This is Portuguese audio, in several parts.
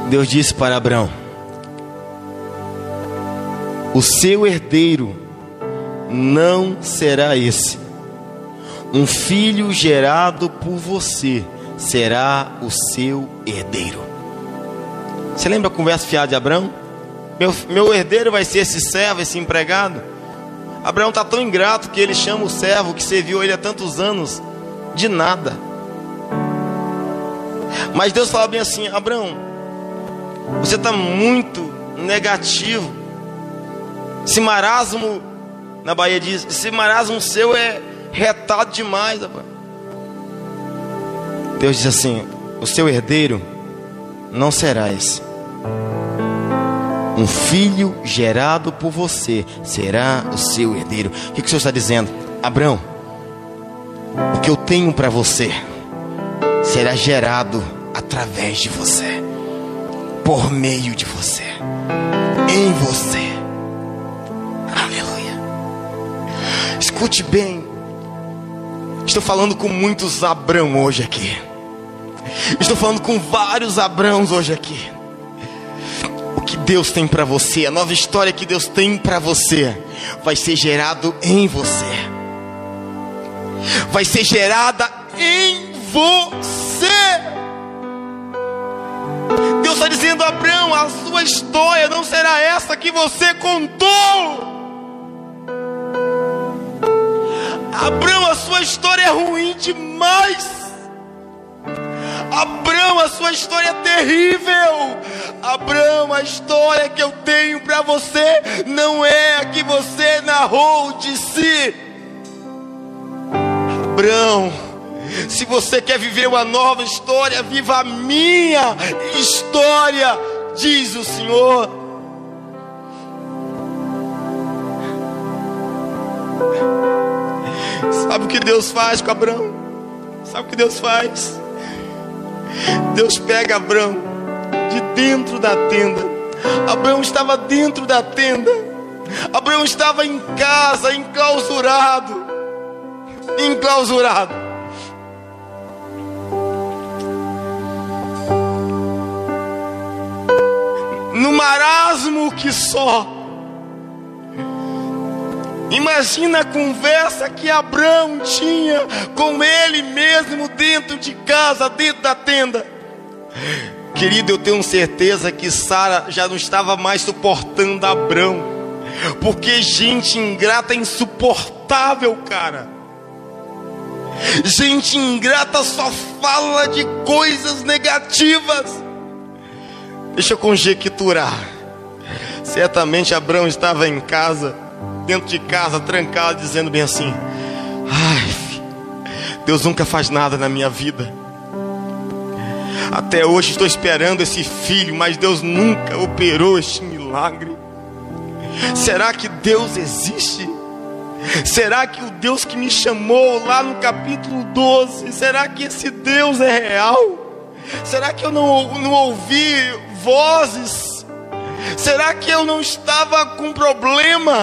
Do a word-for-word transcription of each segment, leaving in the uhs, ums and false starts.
Deus disse para Abraão: o seu herdeiro não será esse. Um filho gerado por você será o seu herdeiro. Você lembra a conversa fiada de Abraão? Meu, meu herdeiro vai ser esse servo, esse empregado. Abraão está tão ingrato que ele chama o servo que serviu ele há tantos anos de nada. Mas Deus fala bem assim: Abraão, você está muito negativo. Esse marasmo, na Bahia diz, esse marasmo seu é retado demais, rapaz. Deus diz assim: o seu herdeiro não será esse. Um filho gerado por você será o seu herdeiro. O que, que o Senhor está dizendo? Abraão, o que eu tenho para você será gerado através de você, por meio de você, em você. Aleluia. Escute bem. Estou falando com muitos Abraão hoje aqui. Estou falando com vários Abraãos hoje aqui. O que Deus tem para você, a nova história que Deus tem para você, vai ser gerado em você. Vai ser gerada em você. Deus está dizendo: Abraão, a sua história não será essa que você contou. Abraão, a sua história é ruim demais. Abraão, a sua história é terrível. Abraão, a história que eu tenho para você não é a que você narrou de si. Abraão, se você quer viver uma nova história, viva a minha história, diz o Senhor. Sabe o que Deus faz com Abraão? Sabe o que Deus faz? Deus pega Abraão de dentro da tenda. Abraão estava dentro da tenda. Abraão estava em casa, enclausurado. Enclausurado. No marasmo que só. Imagina a conversa que Abraão tinha com ele mesmo dentro de casa, dentro da tenda. Querido, eu tenho certeza que Sara já não estava mais suportando Abraão, porque gente ingrata é insuportável, cara. Gente ingrata só fala de coisas negativas. Deixa eu conjecturar. Certamente Abraão estava em casa, dentro de casa, trancado, dizendo bem assim: ai, Deus nunca faz nada na minha vida. Até hoje estou esperando esse filho, mas Deus nunca operou este milagre. Será que Deus existe? Será que o Deus que me chamou lá no capítulo doze, será que esse Deus é real? Será que eu não, não ouvi vozes? Será que eu não estava com problema?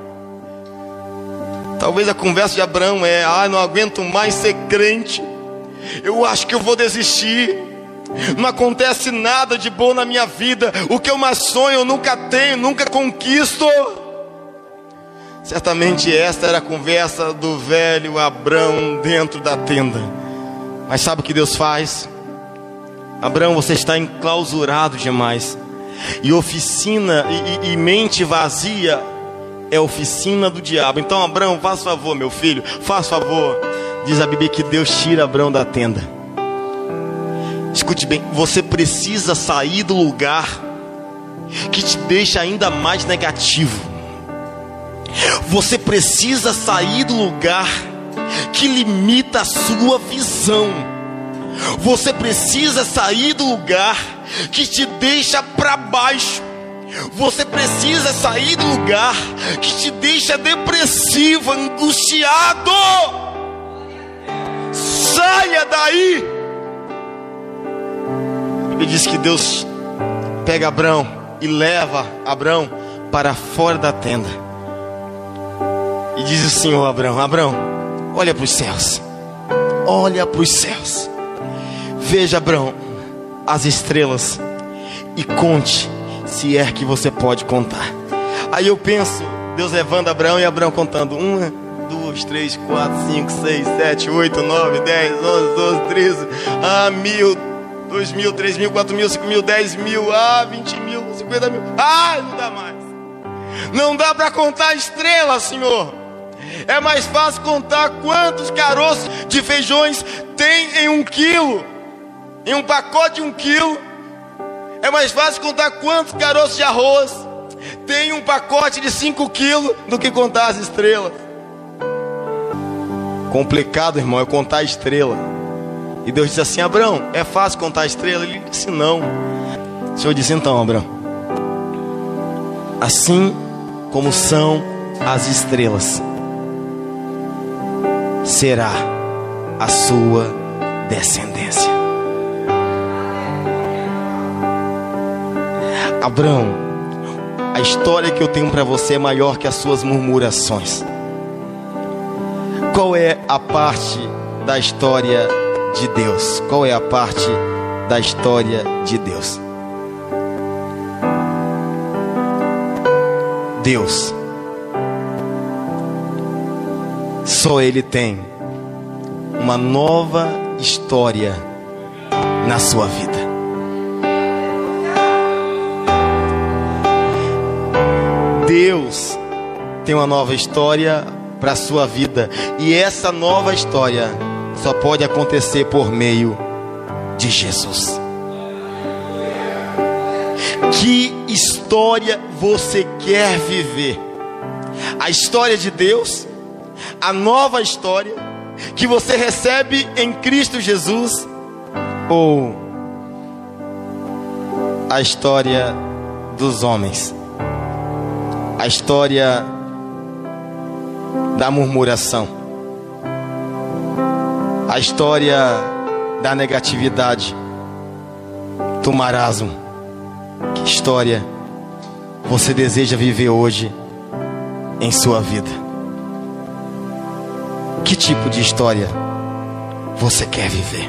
Talvez a conversa de Abraão é: ah, não aguento mais ser crente, eu acho que eu vou desistir, não acontece nada de bom na minha vida, o que eu mais sonho eu nunca tenho, nunca conquisto. Certamente esta era a conversa do velho Abraão dentro da tenda. Mas sabe o que Deus faz? Abraão, você está enclausurado demais. E oficina e, e, e mente vazia é oficina do diabo. Então, Abraão, faz favor, meu filho, faz favor. Diz a Bíblia que Deus tira Abraão da tenda. Escute bem, você precisa sair do lugar que te deixa ainda mais negativo. Você precisa sair do lugar que limita a sua visão. Você precisa sair do lugar que te deixa para baixo. Você precisa sair do lugar que te deixa depressivo, angustiado. Saia daí. Ele diz que Deus pega Abraão e leva Abraão para fora da tenda. E diz o Senhor a Abraão: Abraão, olha para os céus. Olha para os céus. Veja, Abraão, as estrelas. e conte, se é que você pode contar. Aí eu penso, Deus levando Abraão e Abraão contando: uma, duas, três, quatro, cinco, seis, sete, oito, nove, dez, onze, doze, treze, ah, mil, dois mil, três mil, quatro mil, cinco mil, dez mil, ah, vinte mil, cinquenta mil. Ah, não dá mais. Não dá para contar estrelas, Senhor. É mais fácil contar quantos caroços de feijões tem em um quilo, em um pacote de um quilo. É mais fácil contar quantos caroços de arroz tem um pacote de cinco quilos do que contar as estrelas. Complicado, irmão, é contar a estrela. E Deus disse assim: Abraão, é fácil contar a estrela? Ele disse: não. O Senhor disse: então, Abraão, assim como são as estrelas, será a sua descendência. Abraão, a história que eu tenho para você é maior que as suas murmurações. Qual é a parte da história de Deus? Qual é a parte da história de Deus? Deus, só Ele tem uma nova história na sua vida. Deus tem uma nova história para a sua vida, e essa nova história só pode acontecer por meio de Jesus. Que história você quer viver? A história de Deus, a nova história que você recebe em Cristo Jesus, ou a história dos homens, a história da murmuração, a história da negatividade, do marasmo? Que história você deseja viver hoje em sua vida? Que tipo de história você quer viver?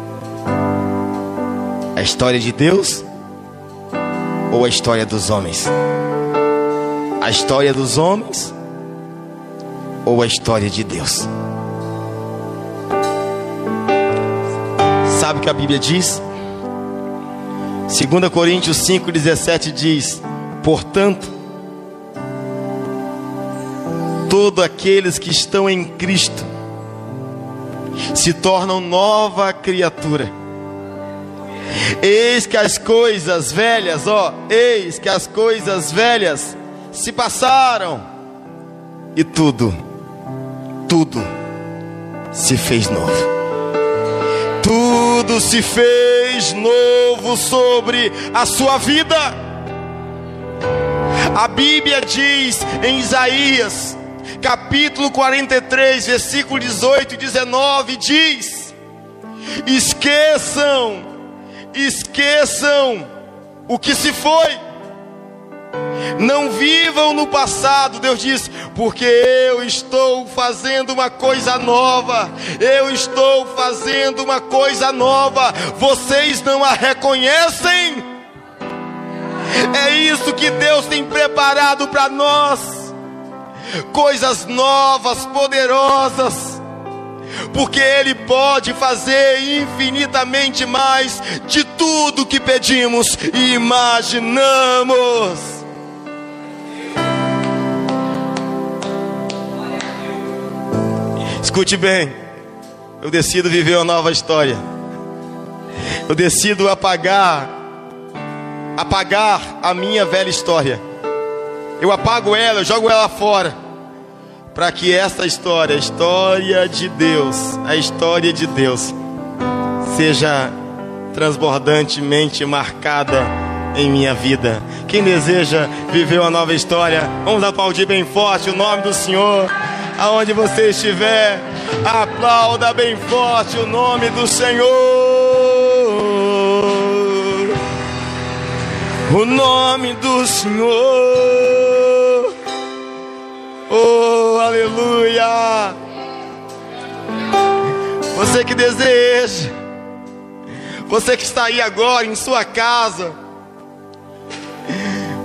A história de Deus ou a história dos homens? A história dos homens ou a história de Deus? Sabe o que a Bíblia diz? Segunda Coríntios cinco, dezessete diz: portanto, todos aqueles que estão em Cristo se tornam nova criatura. Eis que as coisas velhas, ó, eis que as coisas velhas se passaram e tudo, tudo se fez novo. Tudo se fez novo sobre a sua vida. A Bíblia diz em Isaías, capítulo quarenta e três, versículo dezoito e dezenove, diz: esqueçam, esqueçam o que se foi. Não vivam no passado. Deus diz: porque eu estou fazendo uma coisa nova. Eu estou fazendo uma coisa nova. Vocês não a reconhecem? É isso que Deus tem preparado para nós. Coisas novas, poderosas. Porque Ele pode fazer infinitamente mais de tudo que pedimos e imaginamos. Escute bem, eu decido viver uma nova história. Eu decido apagar, apagar a minha velha história. Eu apago ela, eu jogo ela fora, para que esta história, a história de Deus, a história de Deus, seja transbordantemente marcada em minha vida. Quem deseja viver uma nova história, vamos aplaudir bem forte o nome do Senhor. Aonde você estiver, aplauda bem forte o nome do Senhor. O nome do Senhor. Oh, aleluia. Você que deseja, você que está aí agora em sua casa,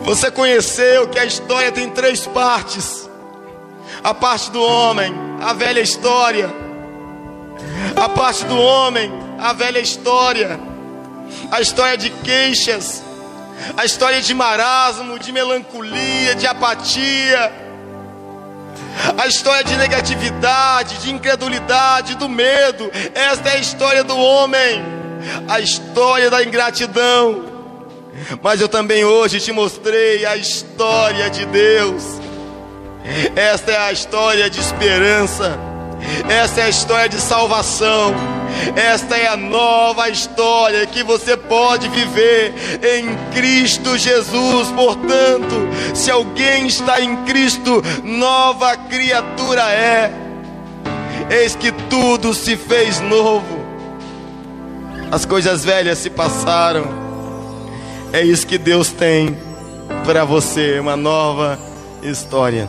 Você conheceu que a história tem três partes: a parte do homem, a velha história; a parte do homem, a velha história, a história de queixas, a história de marasmo, de melancolia, de apatia, a história de negatividade, de incredulidade, do medo. Esta é a história do homem, a história da ingratidão. Mas eu também hoje te mostrei a história de Deus. Esta é a história de esperança. Esta é a história de salvação. Esta é a nova história que você pode viver em Cristo Jesus. Portanto, se alguém está em Cristo, nova criatura é. Eis que tudo se fez novo, as coisas velhas se passaram. É isso que Deus tem para você, uma nova história.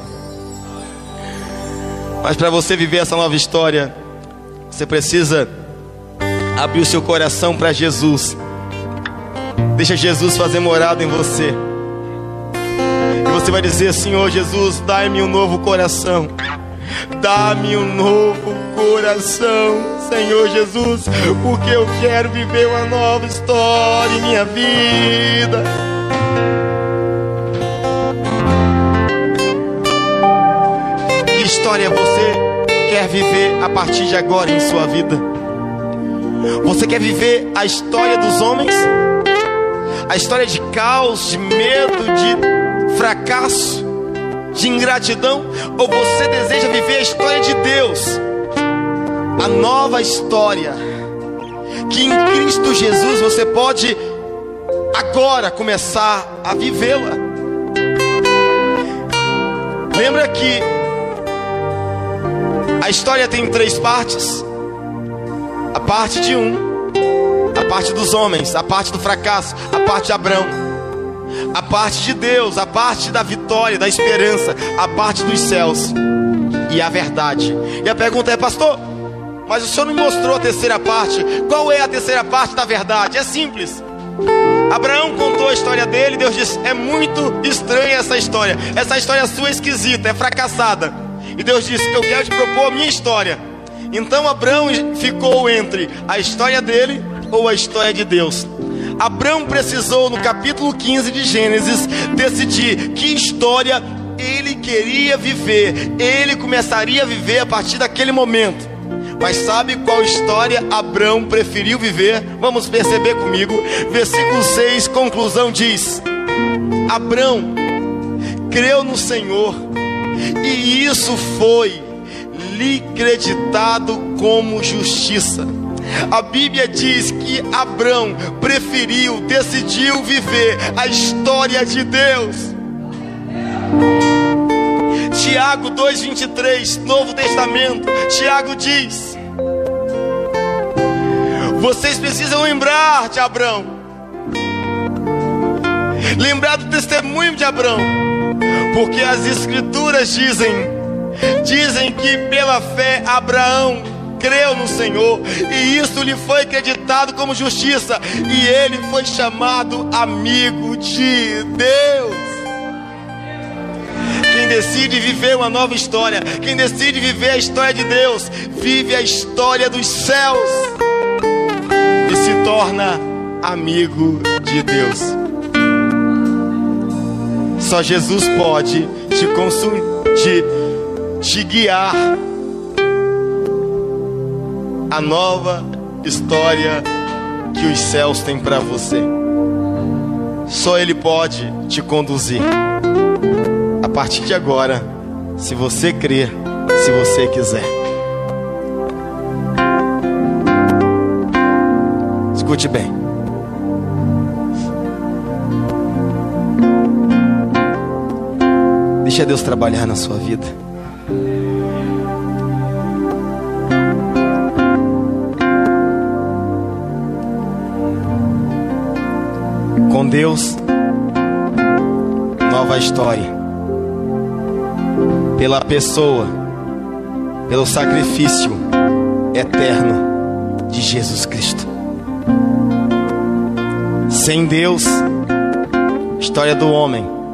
Mas para você viver essa nova história, você precisa abrir o seu coração para Jesus. Deixa Jesus fazer morada em você. E você vai dizer: Senhor Jesus, dai-me um novo coração. Dá-me um novo coração, Senhor Jesus, porque eu quero viver uma nova história em minha vida. Que história você quer viver a partir de agora em sua vida? Você quer viver a história dos homens? A história de caos, de medo, de fracasso, de ingratidão? Ou você deseja viver a história de Deus, a nova história que em Cristo Jesus você pode agora começar a vivê-la? Lembra que a história tem três partes: a parte de um, a parte dos homens, a parte do fracasso, a parte de Abraão; a parte de Deus, a parte da vitória, da esperança, a parte dos céus e a verdade. E a pergunta é: pastor, mas o senhor não me mostrou a terceira parte. Qual é a terceira parte da verdade? É simples. Abraão contou a história dele. Deus disse: é muito estranha essa história. Essa história sua é esquisita, é fracassada. E Deus disse: eu quero te propor a minha história. Então Abraão ficou entre a história dele ou a história de Deus. Abraão precisou, no capítulo quinze de Gênesis, decidir que história ele queria viver. Ele começaria a viver a partir daquele momento. Mas sabe qual história Abraão preferiu viver? Vamos perceber comigo. Versículo seis, conclusão, diz: Abraão creu no Senhor, e isso foi lhe creditado como justiça. A Bíblia diz que Abraão preferiu, decidiu viver a história de Deus. Tiago dois, vinte e três, Novo Testamento. Tiago diz: vocês precisam lembrar de Abraão, lembrar do testemunho de Abraão, porque as Escrituras dizem, dizem que pela fé Abraão creu no Senhor, e isso lhe foi acreditado como justiça, e ele foi chamado amigo de Deus. Quem decide viver uma nova história, quem decide viver a história de Deus, vive a história dos céus e se torna amigo de Deus. Só Jesus pode te consumir, te, te guiar a nova história que os céus têm para você. Só Ele pode te conduzir. A partir de agora, se você crer, se você quiser. Escute bem. Deixa Deus trabalhar na sua vida. Com Deus, nova história. Pela pessoa, pelo sacrifício eterno de Jesus Cristo. Sem Deus, história do homem,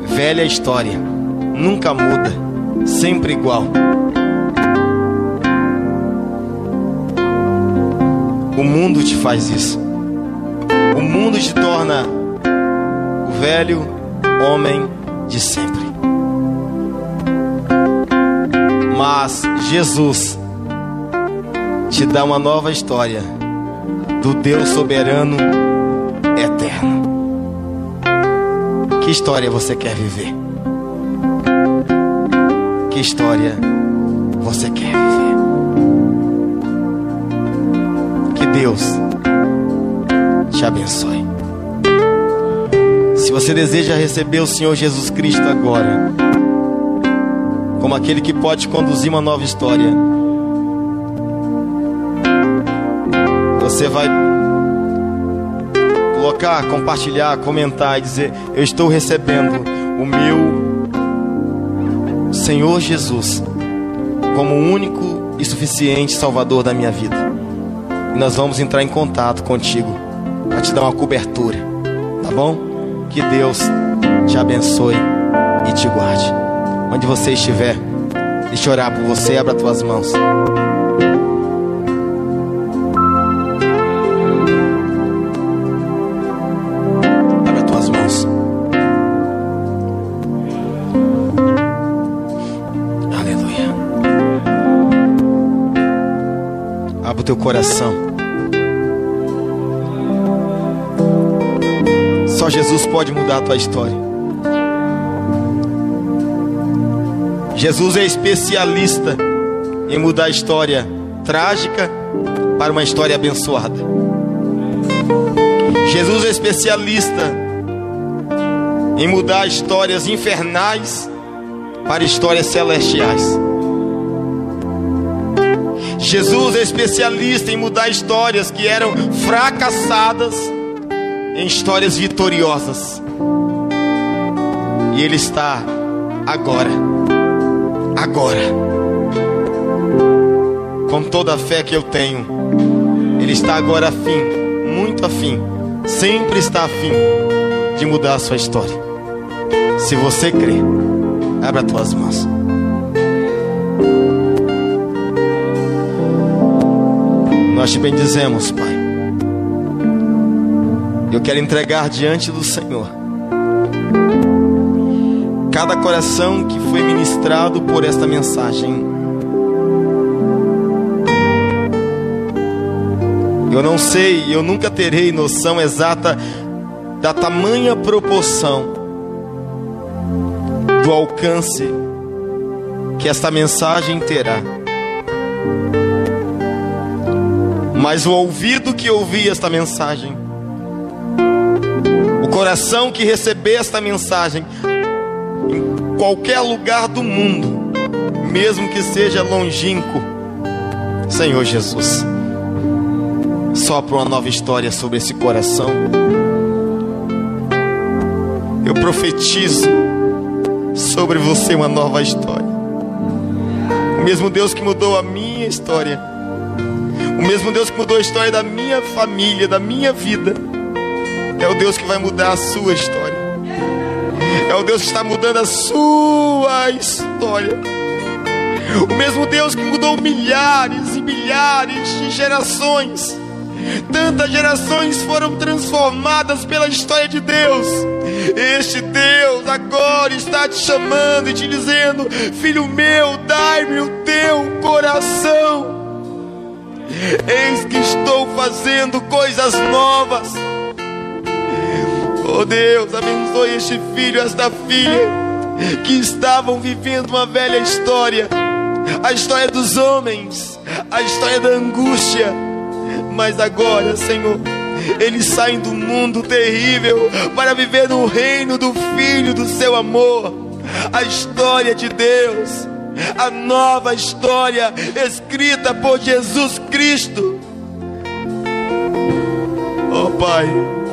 velha história, nunca muda, sempre igual. O mundo te faz isso. O mundo te torna o velho homem de sempre. Mas Jesus te dá uma nova história do Deus soberano eterno. Que história você quer viver? Que história você quer viver? Que Deus te abençoe. Se você deseja receber o Senhor Jesus Cristo agora, como aquele que pode conduzir uma nova história, você vai colocar, compartilhar, comentar e dizer: eu estou recebendo o meu Senhor Jesus como o único e suficiente Salvador da minha vida. E nós vamos entrar em contato contigo para te dar uma cobertura, tá bom? Que Deus te abençoe e te guarde. Onde você estiver, deixa eu orar por você. Abra as tuas mãos. Abra as tuas mãos. Aleluia. Abra o teu coração. Só Jesus pode mudar a tua história. Jesus é especialista em mudar a história trágica para uma história abençoada. Jesus é especialista em mudar histórias infernais para histórias celestiais. Jesus é especialista em mudar histórias que eram fracassadas em histórias vitoriosas. E Ele está agora, agora, com toda a fé que eu tenho, Ele está agora afim, muito afim, sempre está afim de mudar a sua história. Se você crê, abra as tuas mãos. Nós te bendizemos, Pai. Eu quero entregar diante do Senhor cada coração que foi ministrado por esta mensagem. Eu não sei, eu nunca terei noção exata da tamanha proporção do alcance que esta mensagem terá. Mas o ouvido que ouvir esta mensagem, o coração que receber esta mensagem, em qualquer lugar do mundo, mesmo que seja longínquo, Senhor Jesus, sopra uma nova história sobre esse coração. Eu profetizo sobre você uma nova história. O mesmo Deus que mudou a minha história, o mesmo Deus que mudou a história da minha família, da minha vida, é o Deus que vai mudar a sua história. É o Deus que está mudando a sua história. O mesmo Deus que mudou milhares e milhares de gerações. Tantas gerações foram transformadas pela história de Deus. Este Deus agora está te chamando e te dizendo: filho meu, dai-me o teu coração. Eis que estou fazendo coisas novas. Oh Deus, abençoe este filho, esta filha que estavam vivendo uma velha história, a história dos homens, a história da angústia. Mas agora, Senhor, eles saem do mundo terrível para viver no reino do Filho do seu amor. A história de Deus, a nova história escrita por Jesus Cristo. Oh Pai,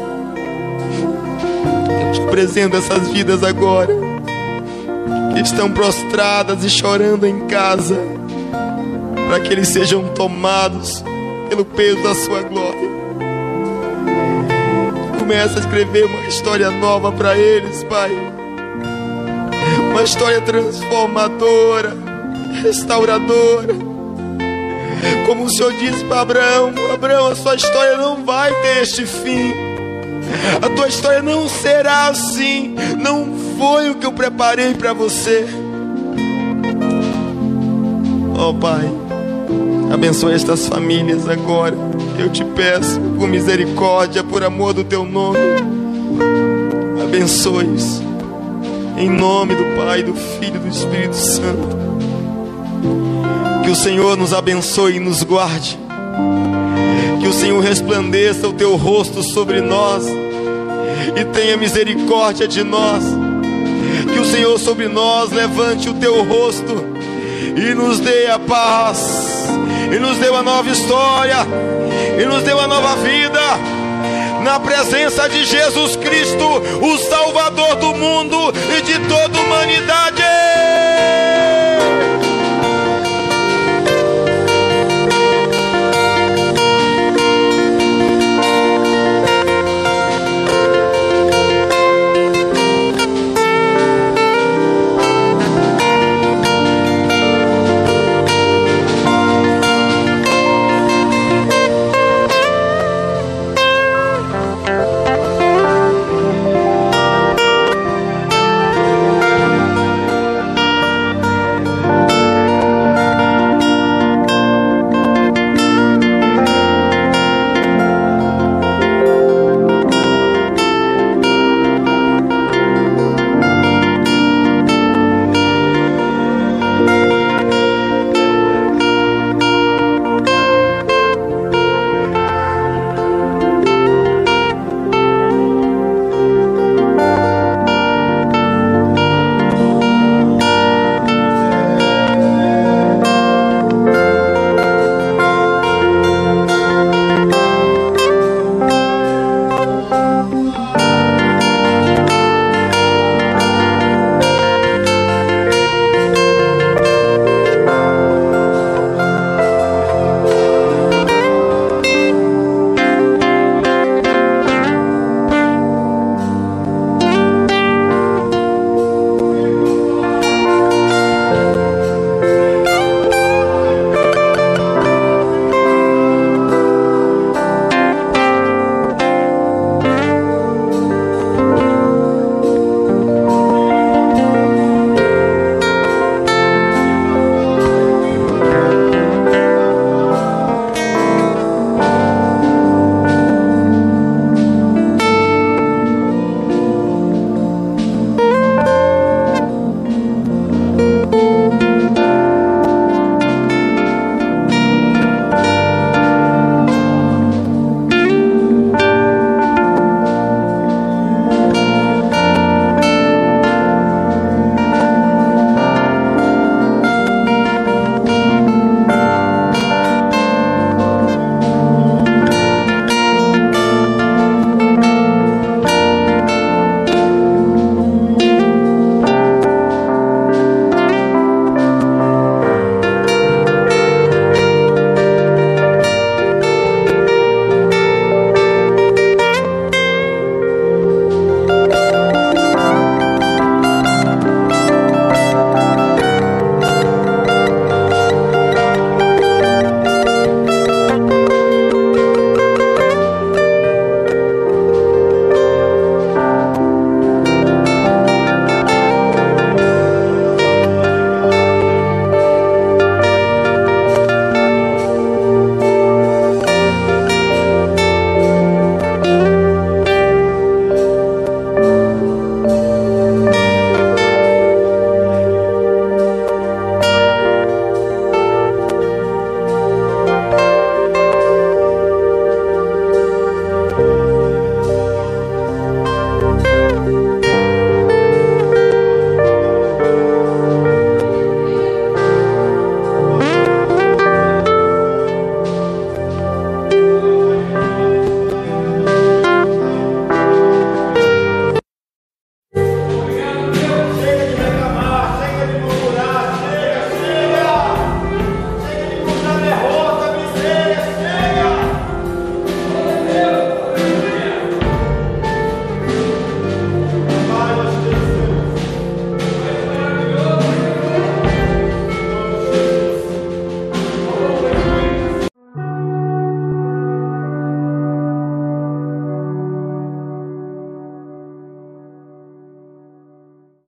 eu te apresento essas vidas agora, que estão prostradas e chorando em casa, para que eles sejam tomados pelo peso da sua glória. Começa a escrever uma história nova para eles, Pai. uma história transformadora, restauradora. Como o Senhor disse para Abraão: Abraão, a sua história não vai ter este fim, a tua história não será assim, não foi o que eu preparei para você. Ó Pai, abençoe estas famílias agora, eu te peço, por misericórdia, por amor do teu nome. Abençoe-os, em nome do Pai, do Filho e do Espírito Santo. Que o Senhor nos abençoe e nos guarde. Que o Senhor resplandeça o teu rosto sobre nós e tenha misericórdia de nós. Que o Senhor sobre nós levante o teu rosto e nos dê a paz, e nos dê uma nova história, e nos dê uma nova vida, na presença de Jesus Cristo, o Salvador do mundo.